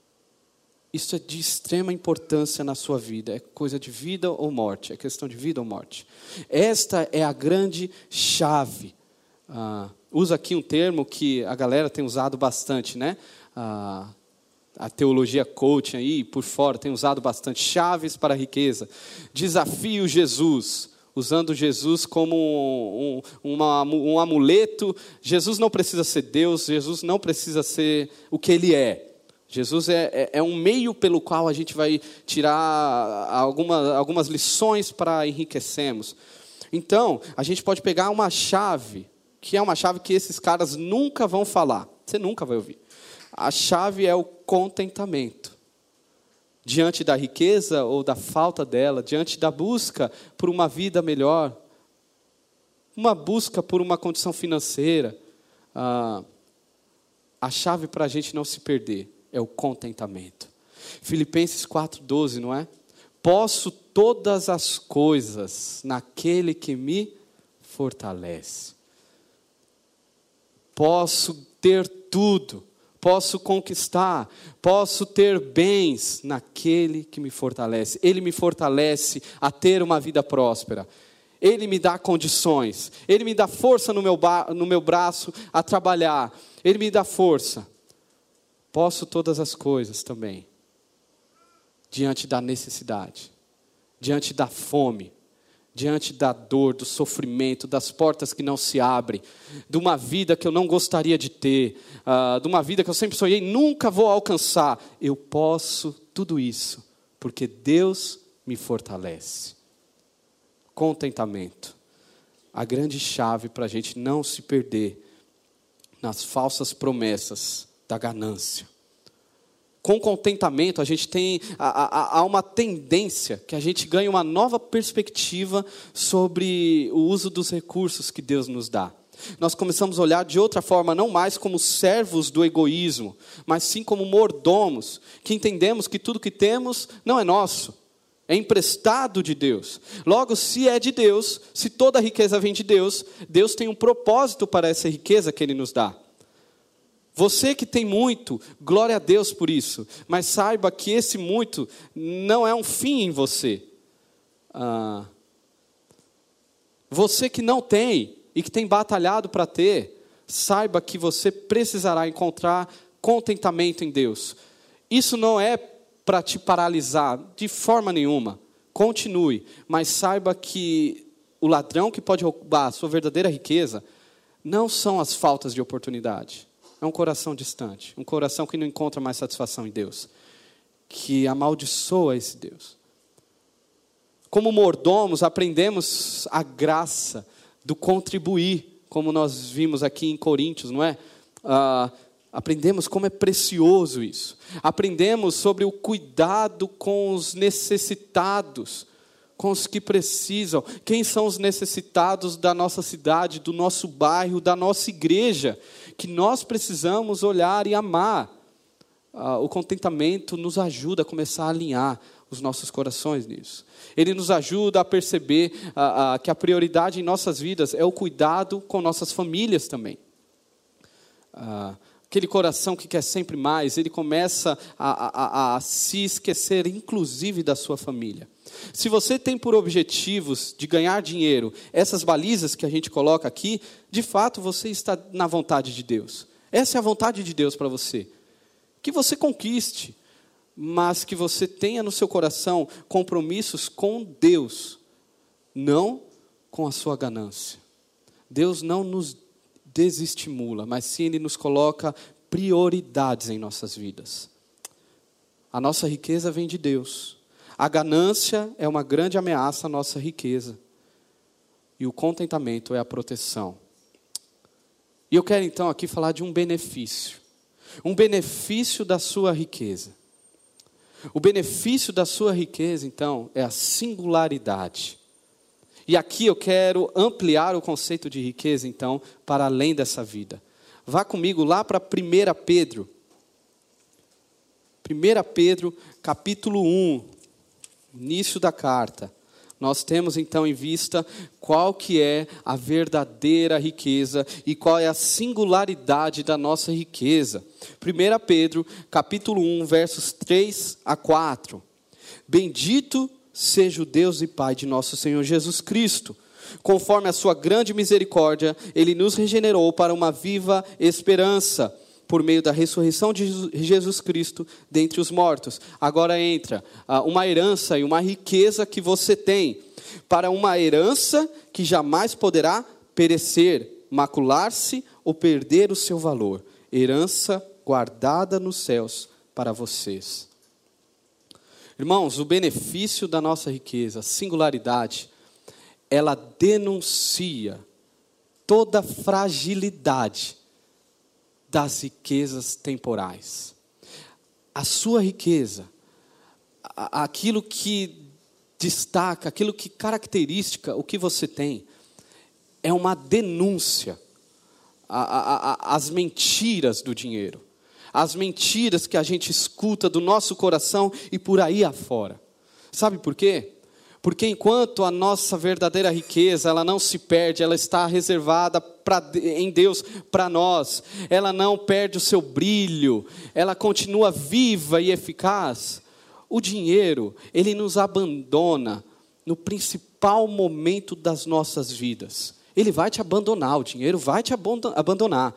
Isso é de extrema importância na sua vida. É coisa de vida ou morte. É questão de vida ou morte. Esta é a grande chave. Ah, uso aqui um termo que a galera tem usado bastante, né? Ah, a teologia coaching aí, por fora, tem usado bastante. Chaves para a riqueza. Desafio Jesus. Usando Jesus como um, um, uma, um amuleto. Jesus não precisa ser Deus. Jesus não precisa ser o que Ele é. Jesus é, é, é um meio pelo qual a gente vai tirar alguma, algumas lições para enriquecermos. Então, a gente pode pegar uma chave, que é uma chave que esses caras nunca vão falar. Você nunca vai ouvir. A chave é o contentamento. Diante da riqueza ou da falta dela, diante da busca por uma vida melhor, uma busca por uma condição financeira, ah, a chave para a gente não se perder é o contentamento. Filipenses quatro, doze, não é? Posso todas as coisas naquele que me fortalece. Posso ter tudo. Posso conquistar, posso ter bens naquele que me fortalece. Ele me fortalece a ter uma vida próspera. Ele me dá condições. Ele me dá força no meu, ba- no meu braço a trabalhar. Ele me dá força. Posso todas as coisas também. Diante da necessidade. Diante da fome. Diante da dor, do sofrimento, das portas que não se abrem, de uma vida que eu não gostaria de ter, uh, de uma vida que eu sempre sonhei, nunca vou alcançar. Eu posso tudo isso, porque Deus me fortalece. Contentamento. A grande chave para a gente não se perder nas falsas promessas da ganância. Com contentamento, a gente tem a, a, a uma tendência que a gente ganha uma nova perspectiva sobre o uso dos recursos que Deus nos dá. Nós começamos a olhar de outra forma, não mais como servos do egoísmo, mas sim como mordomos, que entendemos que tudo que temos não é nosso, é emprestado de Deus. Logo, se é de Deus, se toda a riqueza vem de Deus, Deus tem um propósito para essa riqueza que Ele nos dá. Você que tem muito, glória a Deus por isso. Mas saiba que esse muito não é um fim em você. Ah, você que não tem e que tem batalhado para ter, saiba que você precisará encontrar contentamento em Deus. Isso não é para te paralisar de forma nenhuma. Continue, mas saiba que o ladrão que pode roubar a sua verdadeira riqueza não são as faltas de oportunidade. É um coração distante, um coração que não encontra mais satisfação em Deus, que amaldiçoa esse Deus. Como mordomos, aprendemos a graça do contribuir, como nós vimos aqui em Coríntios, não é? Ah, aprendemos como é precioso isso. Aprendemos sobre o cuidado com os necessitados, com os que precisam. Quem são os necessitados da nossa cidade, do nosso bairro, da nossa igreja, que nós precisamos olhar e amar. Ah, o contentamento nos ajuda a começar a alinhar os nossos corações nisso. Ele nos ajuda a perceber ah, ah, que a prioridade em nossas vidas é o cuidado com nossas famílias também. Ah, aquele coração que quer sempre mais, ele começa a, a, a se esquecer, inclusive, da sua família. Se você tem por objetivos de ganhar dinheiro, essas balizas que a gente coloca aqui, de fato você está na vontade de Deus. Essa é a vontade de Deus para você. Que você conquiste, mas que você tenha no seu coração compromissos com Deus, não com a sua ganância. Deus não nos desestimula, mas sim Ele nos coloca prioridades em nossas vidas. A nossa riqueza vem de Deus. A ganância é uma grande ameaça à nossa riqueza. E o contentamento é a proteção. E eu quero então aqui falar de um benefício. Um benefício da sua riqueza. O benefício da sua riqueza, então, é a singularidade. E aqui eu quero ampliar o conceito de riqueza, então, para além dessa vida. Vá comigo lá para primeira Pedro. primeira Pedro, capítulo um, início da carta. Nós temos então em vista qual que é a verdadeira riqueza e qual é a singularidade da nossa riqueza. primeira Pedro, capítulo um, versos três a quatro. Bendito seja o Deus e Pai de nosso Senhor Jesus Cristo. Conforme a sua grande misericórdia, Ele nos regenerou para uma viva esperança, por meio da ressurreição de Jesus Cristo dentre os mortos. Agora entra uh, uma herança e uma riqueza que você tem, para uma herança que jamais poderá perecer, macular-se ou perder o seu valor. Herança guardada nos céus para vocês. Irmãos, o benefício da nossa riqueza, a singularidade, ela denuncia toda a fragilidade das riquezas temporais. A sua riqueza, aquilo que destaca, aquilo que caracteriza o que você tem, é uma denúncia às mentiras do dinheiro, às mentiras que a gente escuta do nosso coração e por aí afora. Sabe por quê? Porque enquanto a nossa verdadeira riqueza, ela não se perde, ela está reservada pra, em Deus para nós, ela não perde o seu brilho, ela continua viva e eficaz. O dinheiro, ele nos abandona no principal momento das nossas vidas. Ele vai te abandonar, o dinheiro vai te abandonar.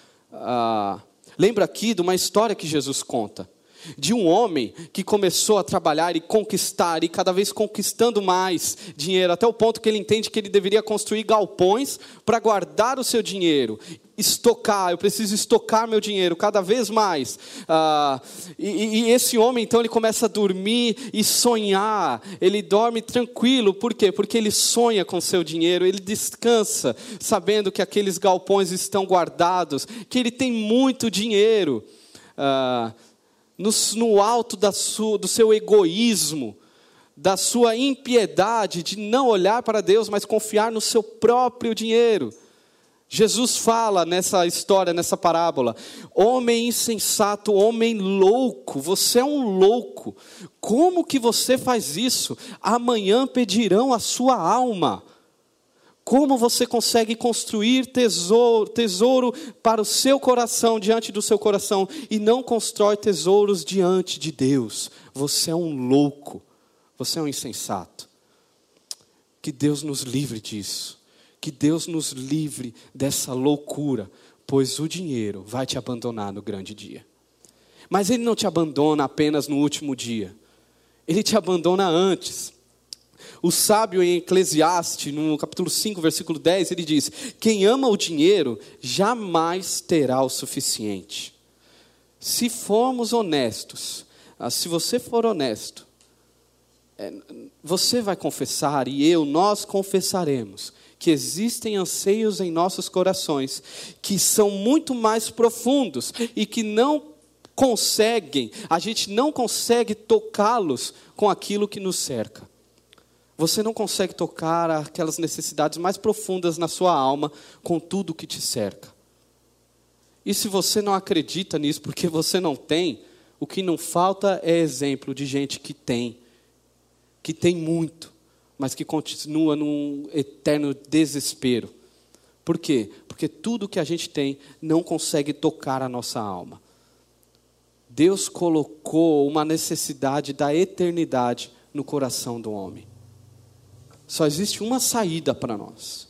Ah, lembra aqui de uma história que Jesus conta. De um homem que começou a trabalhar e conquistar, e cada vez conquistando mais dinheiro, até o ponto que ele entende que ele deveria construir galpões para guardar o seu dinheiro, estocar, eu preciso estocar meu dinheiro cada vez mais. Ah, e, e esse homem então ele começa a dormir e sonhar, ele dorme tranquilo, por quê? Porque ele sonha com seu dinheiro, ele descansa, sabendo que aqueles galpões estão guardados, que ele tem muito dinheiro. Ah, No, no alto da sua, do seu egoísmo, da sua impiedade de não olhar para Deus, mas confiar no seu próprio dinheiro. Jesus fala nessa história, nessa parábola: homem insensato, homem louco, você é um louco. Como que você faz isso? Amanhã pedirão a sua alma. Como você consegue construir tesouro, tesouro para o seu coração, diante do seu coração, e não constrói tesouros diante de Deus? Você é um louco, você é um insensato. Que Deus nos livre disso, que Deus nos livre dessa loucura, pois o dinheiro vai te abandonar no grande dia. Mas Ele não te abandona apenas no último dia, Ele te abandona antes. O sábio em Eclesiastes, no capítulo cinco, versículo dez, ele diz: quem ama o dinheiro jamais terá o suficiente. Se formos honestos, se você for honesto, você vai confessar, e eu, nós confessaremos, que existem anseios em nossos corações, que são muito mais profundos, e que não conseguem, a gente não consegue tocá-los com aquilo que nos cerca. Você não consegue tocar aquelas necessidades mais profundas na sua alma com tudo que te cerca. E se você não acredita nisso porque você não tem, o que não falta é exemplo de gente que tem, que tem muito, mas que continua num eterno desespero. Por quê? Porque tudo que a gente tem não consegue tocar a nossa alma. Deus colocou uma necessidade da eternidade no coração do homem. Só existe uma saída para nós.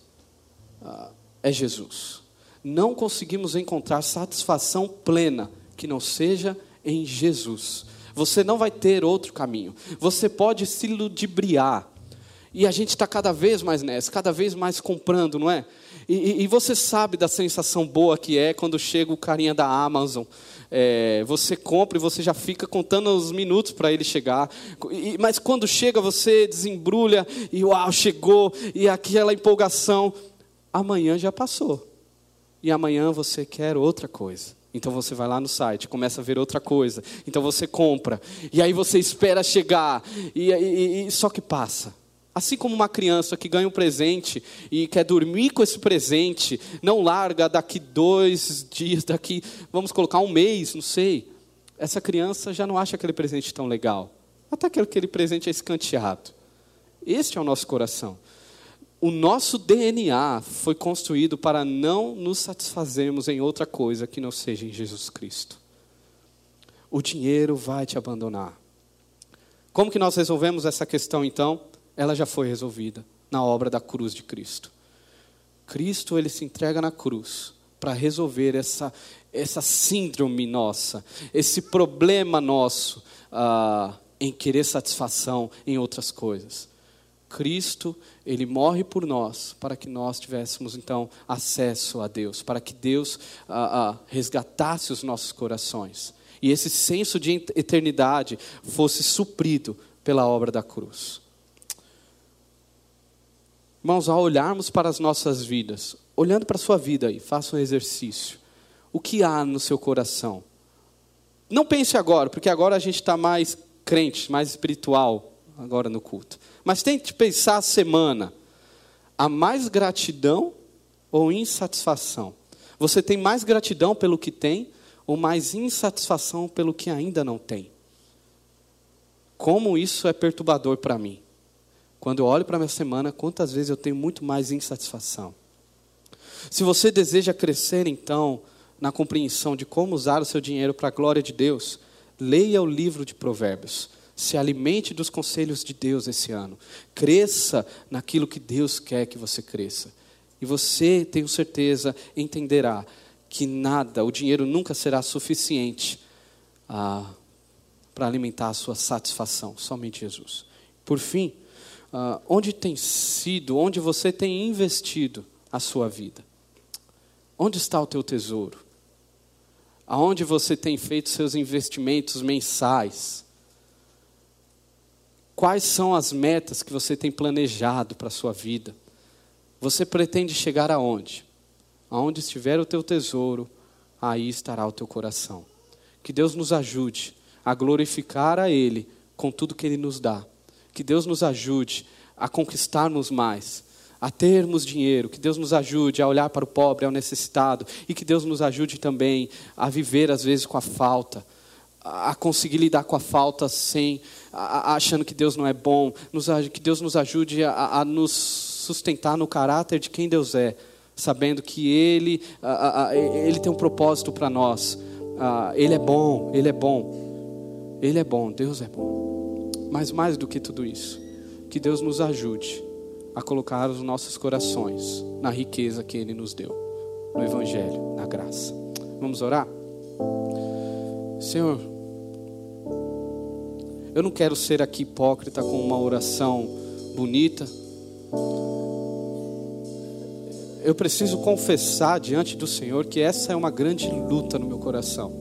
É Jesus. Não conseguimos encontrar satisfação plena que não seja em Jesus. Você não vai ter outro caminho. Você pode se ludibriar. E a gente está cada vez mais nessa, cada vez mais comprando, não é? E, e, e você sabe da sensação boa que é quando chega o carinha da Amazon. É, você compra e você já fica contando os minutos para ele chegar. E, mas quando chega você desembrulha e uau, chegou. E aquela empolgação, amanhã já passou. E amanhã você quer outra coisa. Então você vai lá no site, começa a ver outra coisa. Então você compra. E aí você espera chegar. E, e, e só que passa. Assim como uma criança que ganha um presente e quer dormir com esse presente, não larga daqui dois dias, daqui, vamos colocar um mês, não sei. Essa criança já não acha aquele presente tão legal. Até que aquele presente é escanteado. Este é o nosso coração. O nosso D N A foi construído para não nos satisfazermos em outra coisa que não seja em Jesus Cristo. O dinheiro vai te abandonar. Como que nós resolvemos essa questão então? Ela já foi resolvida na obra da cruz de Cristo. Cristo, ele se entrega na cruz para resolver essa, essa síndrome nossa, esse problema nosso ah, em querer satisfação em outras coisas. Cristo, ele morre por nós para que nós tivéssemos então acesso a Deus, para que Deus ah, ah, resgatasse os nossos corações. E esse senso de eternidade fosse suprido pela obra da cruz. Irmãos, ao olharmos para as nossas vidas, olhando para a sua vida aí, faça um exercício. O que há no seu coração? Não pense agora, porque agora a gente está mais crente, mais espiritual, agora no culto. Mas tente pensar a semana. Há mais gratidão ou insatisfação? Você tem mais gratidão pelo que tem ou mais insatisfação pelo que ainda não tem? Como isso é perturbador para mim. Quando eu olho para a minha semana, quantas vezes eu tenho muito mais insatisfação. Se você deseja crescer, então, na compreensão de como usar o seu dinheiro para a glória de Deus, leia o livro de Provérbios. Se alimente dos conselhos de Deus esse ano. Cresça naquilo que Deus quer que você cresça. E você, tenho certeza, entenderá que nada, o dinheiro nunca será suficiente ah, para alimentar a sua satisfação. Somente Jesus. Por fim, Uh, onde tem sido, onde você tem investido a sua vida? Onde está o teu tesouro? Aonde você tem feito seus investimentos mensais? Quais são as metas que você tem planejado para a sua vida? Você pretende chegar aonde? Aonde estiver o teu tesouro, aí estará o teu coração. Que Deus nos ajude a glorificar a Ele com tudo que Ele nos dá. Que Deus nos ajude a conquistarmos mais, a termos dinheiro. Que Deus nos ajude a olhar para o pobre, ao necessitado. E que Deus nos ajude também a viver às vezes com a falta. A conseguir lidar com a falta sem, a, a, achando que Deus não é bom. Nos, que Deus nos ajude a, a nos sustentar no caráter de quem Deus é. Sabendo que Ele, a, a, Ele tem um propósito para nós. A, Ele é bom, Ele é bom. Ele é bom, Deus é bom. Mas mais do que tudo isso, que Deus nos ajude a colocar os nossos corações na riqueza que Ele nos deu, no Evangelho, na graça. Vamos orar? Senhor, eu não quero ser aqui hipócrita com uma oração bonita. Eu preciso confessar diante do Senhor que essa é uma grande luta no meu coração.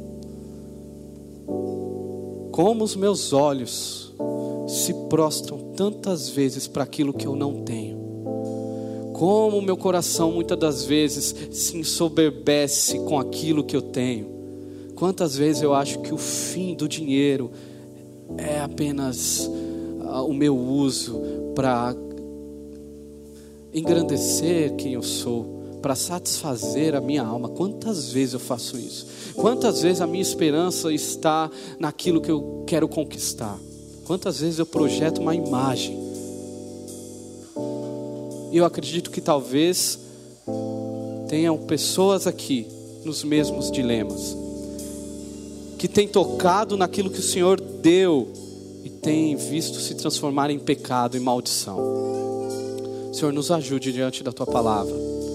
Como os meus olhos se prostram tantas vezes para aquilo que eu não tenho. Como o meu coração muitas das vezes se ensoberbece com aquilo que eu tenho. Quantas vezes eu acho que o fim do dinheiro é apenas uh, o meu uso para engrandecer quem eu sou, para satisfazer a minha alma. Quantas vezes eu faço isso? Quantas vezes a minha esperança está naquilo que eu quero conquistar? Quantas vezes eu projeto uma imagem? E eu acredito que talvez tenham pessoas aqui nos mesmos dilemas, que tem tocado naquilo que o Senhor deu e tem visto se transformar em pecado e maldição. Senhor, nos ajude diante da Tua palavra.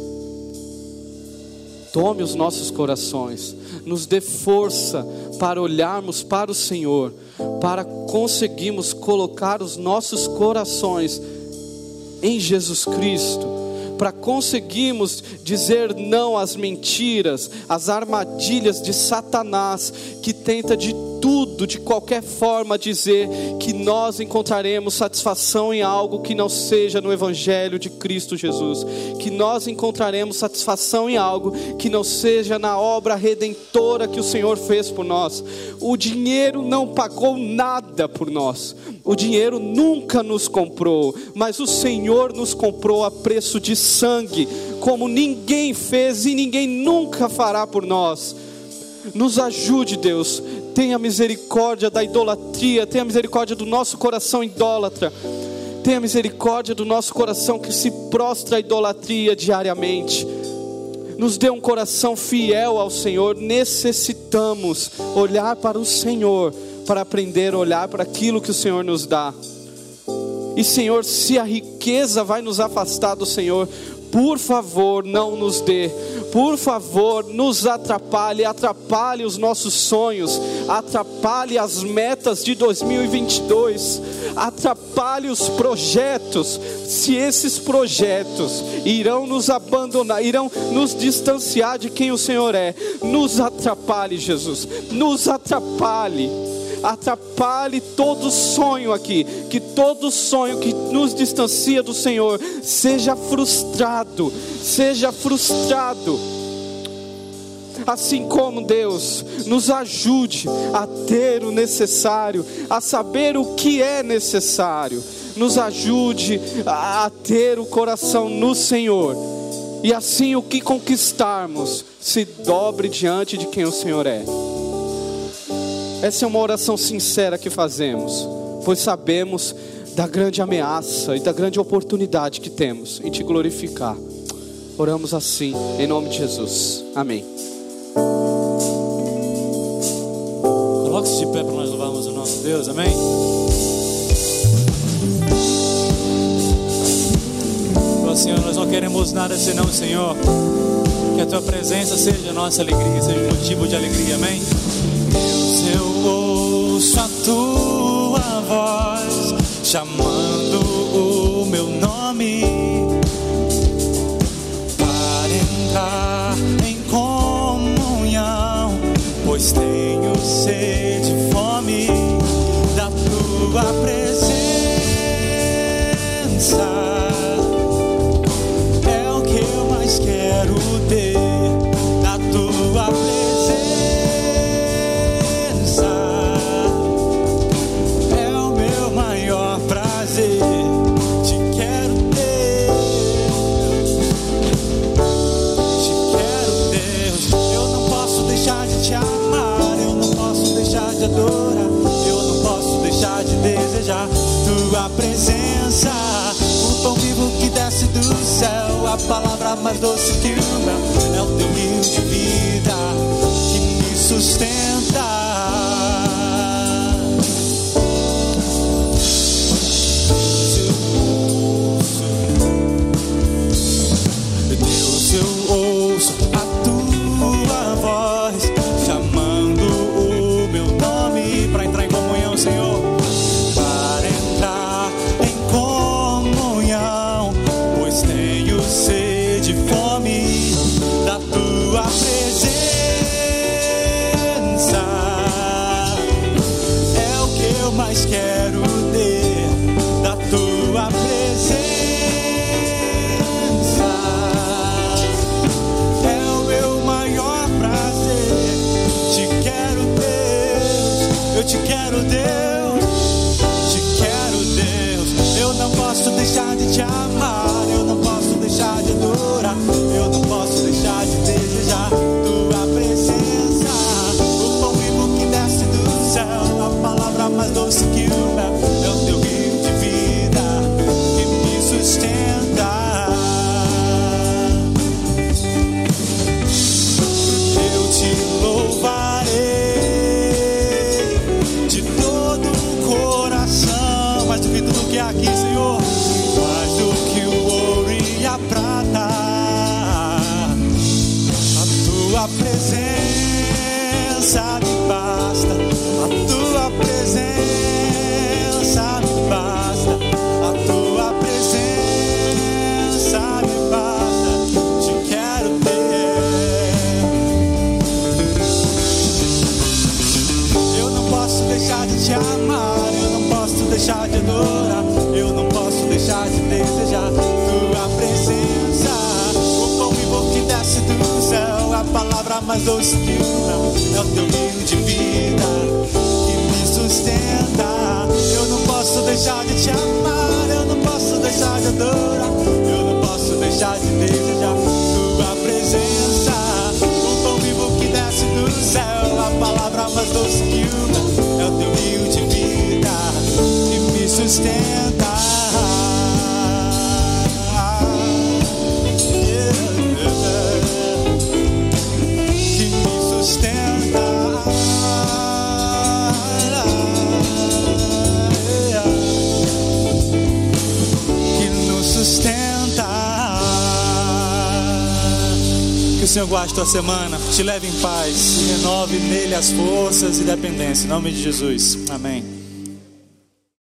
Tome os nossos corações, nos dê força para olharmos para o Senhor, para conseguirmos colocar os nossos corações em Jesus Cristo, para conseguirmos dizer não às mentiras, às armadilhas de Satanás, que tenta de tudo, de qualquer forma dizer que nós encontraremos satisfação em algo que não seja no Evangelho de Cristo Jesus, que nós encontraremos satisfação em algo que não seja na obra redentora que o Senhor fez por nós. O dinheiro não pagou nada por nós, o dinheiro nunca nos comprou, mas o Senhor nos comprou a preço de sangue, como ninguém fez e ninguém nunca fará por nós. Nos ajude, Deus. Tenha misericórdia da idolatria, tenha misericórdia do nosso coração idólatra, tenha misericórdia do nosso coração que se prostra à idolatria diariamente. Nos dê um coração fiel ao Senhor. Necessitamos olhar para o Senhor para aprender a olhar para aquilo que o Senhor nos dá. E Senhor, se a riqueza vai nos afastar do Senhor, por favor, não nos dê. Por favor, nos atrapalhe, atrapalhe os nossos sonhos, atrapalhe as metas de dois mil e vinte e dois, atrapalhe os projetos. Se esses projetos irão nos abandonar, irão nos distanciar de quem o Senhor é, nos atrapalhe, Jesus, nos atrapalhe. Atrapalhe todo sonho aqui, que todo sonho que nos distancia do Senhor seja frustrado, seja frustrado. Assim como Deus nos ajude a ter o necessário, a saber o que é necessário, nos ajude a ter o coração no Senhor, e assim o que conquistarmos se dobre diante de quem o Senhor é. Essa é uma oração sincera que fazemos, pois sabemos da grande ameaça e da grande oportunidade que temos em Te glorificar. Oramos assim, em nome de Jesus. Amém. Coloque-se de pé para nós louvarmos o nosso Deus, amém? Ó Senhor, nós não queremos nada senão, Senhor, que a Tua presença seja a nossa alegria, seja motivo de alegria, amém? Deus, eu ouço a Tua voz chamando o meu nome para entrar em comunhão, pois tenho sede e fome da Tua presença. É o que eu mais quero ter, da Tua presença. Eu não posso deixar de desejar Tua presença, o pão vivo que desce do céu, a palavra mais doce que o mel, é o Teu rio de vida que me sustenta. Deus, eu ouço a Tua voz chamando o meu nome para entrar em comunhão, Senhor, para entrar em comunhão, pois tenho sede e fome da Tua presença. amar, eu não posso deixar de adorar, eu não posso deixar de desejar tua presença. O pão vivo que desce do céu, a palavra mais doce que o mel, é o teu rio de vida que me sustenta. Eu te louvarei de todo o coração, mais do que tudo que há aqui, Senhor, mais do que o ouro e a prata. A tua presença me basta, a tua presença me basta, a tua presença me basta, te quero ter. Eu não posso deixar de te amar, eu não posso deixar de adorar, eu não posso deixar de desejar tua presença. O pão vivo que desce do céu, a palavra mais doce que o mel, é o teu rio de vida que me sustenta. Eu não posso deixar de te amar, eu não posso deixar de adorar, eu não posso deixar de desejar tua presença. O pão vivo que desce do céu, a palavra mais doce que o mel, é o teu rio de vida que me sustenta. Que o Senhor guarde tua semana, te leve em paz e renove nele as forças e dependência. Em nome de Jesus. Amém.